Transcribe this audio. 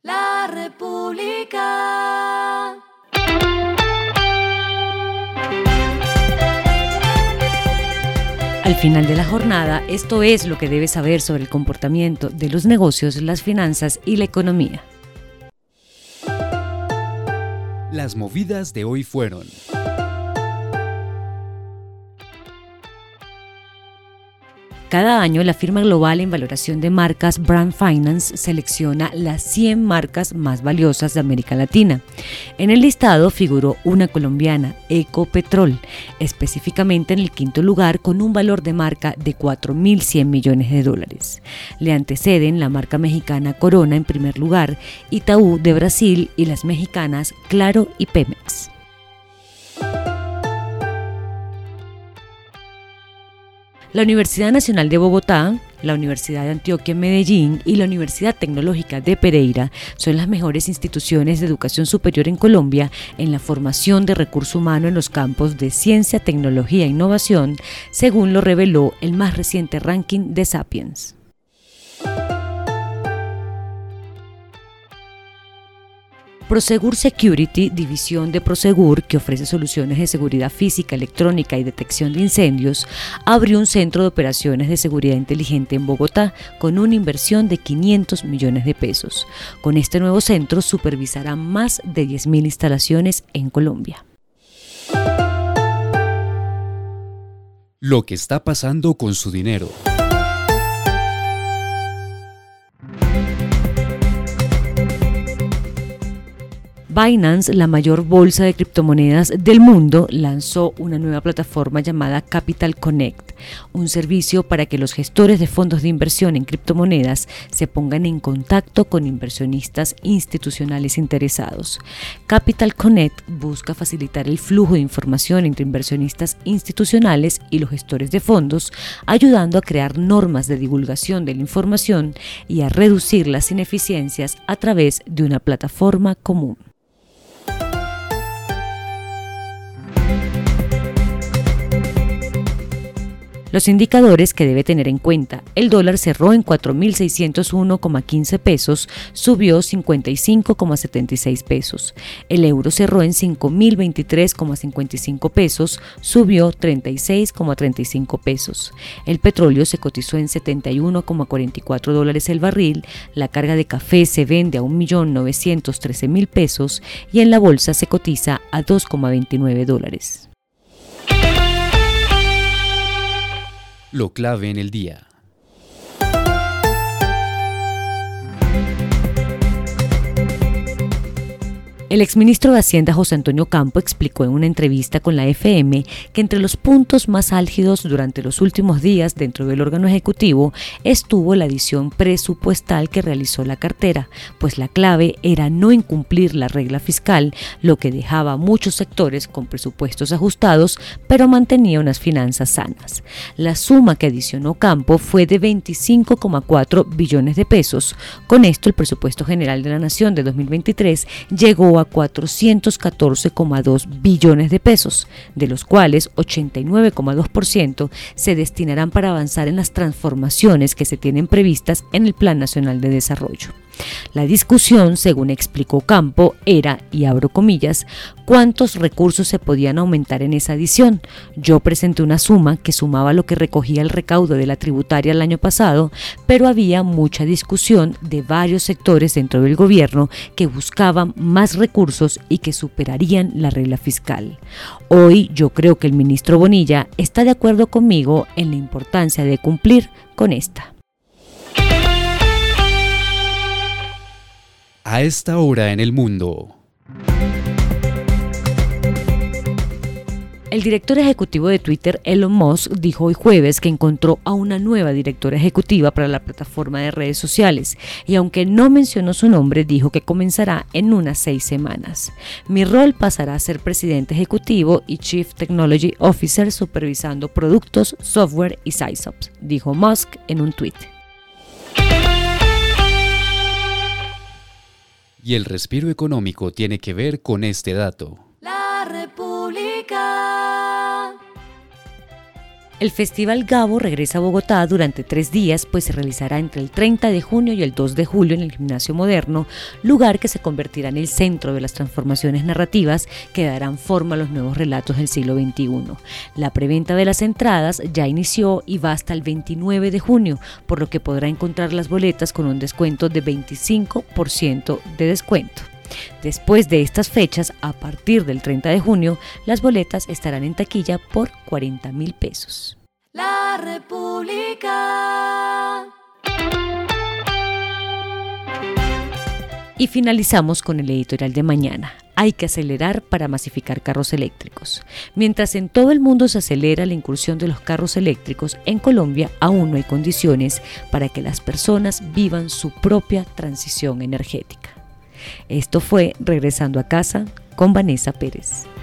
La República. Al final de la jornada, esto es lo que debes saber sobre el comportamiento de los negocios, las finanzas y la economía. Las movidas de hoy fueron: Cada año, la firma global en valoración de marcas Brand Finance selecciona las 100 marcas más valiosas de América Latina. En el listado figuró una colombiana, Ecopetrol, específicamente en el quinto lugar con un valor de marca de $4.100 millones. Le anteceden la marca mexicana Corona en primer lugar, Itaú de Brasil y las mexicanas Claro y Pemex. La Universidad Nacional de Bogotá, la Universidad de Antioquia en Medellín y la Universidad Tecnológica de Pereira son las mejores instituciones de educación superior en Colombia en la formación de recurso humano en los campos de ciencia, tecnología e innovación, según lo reveló el más reciente ranking de Sapiens. Prosegur Security, división de Prosegur que ofrece soluciones de seguridad física, electrónica y detección de incendios, abrió un centro de operaciones de seguridad inteligente en Bogotá con una inversión de $500 millones. Con este nuevo centro supervisará más de 10.000 instalaciones en Colombia. lo que está pasando con su dinero. Binance, la mayor bolsa de criptomonedas del mundo, lanzó una nueva plataforma llamada Capital Connect, un servicio para que los gestores de fondos de inversión en criptomonedas se pongan en contacto con inversionistas institucionales interesados. Capital Connect busca facilitar el flujo de información entre inversionistas institucionales y los gestores de fondos, ayudando a crear normas de divulgación de la información y a reducir las ineficiencias a través de una plataforma común. Los indicadores que debe tener en cuenta: el dólar cerró en 4.601,15 pesos, subió 55,76 pesos. El euro cerró en 5.023,55 pesos, subió 36,35 pesos. El petróleo se cotizó en $71,44 el barril, la carga de café se vende a 1.913.000 pesos y en la bolsa se cotiza a $2,29. Lo clave en el día. El exministro de Hacienda José Antonio Campo explicó en una entrevista con la FM que entre los puntos más álgidos durante los últimos días dentro del órgano ejecutivo estuvo la adición presupuestal que realizó la cartera, pues la clave era no incumplir la regla fiscal, lo que dejaba a muchos sectores con presupuestos ajustados, pero mantenía unas finanzas sanas. La suma que adicionó Campo fue de 25,4 billones de pesos. Con esto, el presupuesto general de la Nación de 2023 llegó a 414,2 billones de pesos, de los cuales 89,2% se destinarán para avanzar en las transformaciones que se tienen previstas en el Plan Nacional de Desarrollo. La discusión, según explicó Campo, era, y abro comillas, cuántos recursos se podían aumentar en esa adición. Yo presenté una suma que sumaba lo que recogía el recaudo de la tributaria el año pasado, pero había mucha discusión de varios sectores dentro del gobierno que buscaban más recursos y que superarían la regla fiscal. Hoy yo creo que el ministro Bonilla está de acuerdo conmigo en la importancia de cumplir con esta. A esta hora en el mundo. El director ejecutivo de Twitter, Elon Musk, dijo hoy jueves que encontró a una nueva directora ejecutiva para la plataforma de redes sociales y aunque no mencionó su nombre, dijo que comenzará en unas 6 semanas. Mi rol pasará a ser presidente ejecutivo y Chief Technology Officer supervisando productos, software y SysOps, dijo Musk en un tweet. Y el respiro económico tiene que ver con este dato. La República. El Festival Gabo regresa a Bogotá durante 3 días, pues se realizará entre el 30 de junio y el 2 de julio en el Gimnasio Moderno, lugar que se convertirá en el centro de las transformaciones narrativas que darán forma a los nuevos relatos del siglo XXI. La preventa de las entradas ya inició y va hasta el 29 de junio, por lo que podrá encontrar las boletas con un descuento de 25% de descuento. Después de estas fechas, a partir del 30 de junio, las boletas estarán en taquilla por 40.000 pesos. La República. Y finalizamos con el editorial de mañana. Hay que acelerar para masificar carros eléctricos. Mientras en todo el mundo se acelera la incursión de los carros eléctricos, en Colombia aún no hay condiciones para que las personas vivan su propia transición energética. Esto fue Regresando a Casa con Vanessa Pérez.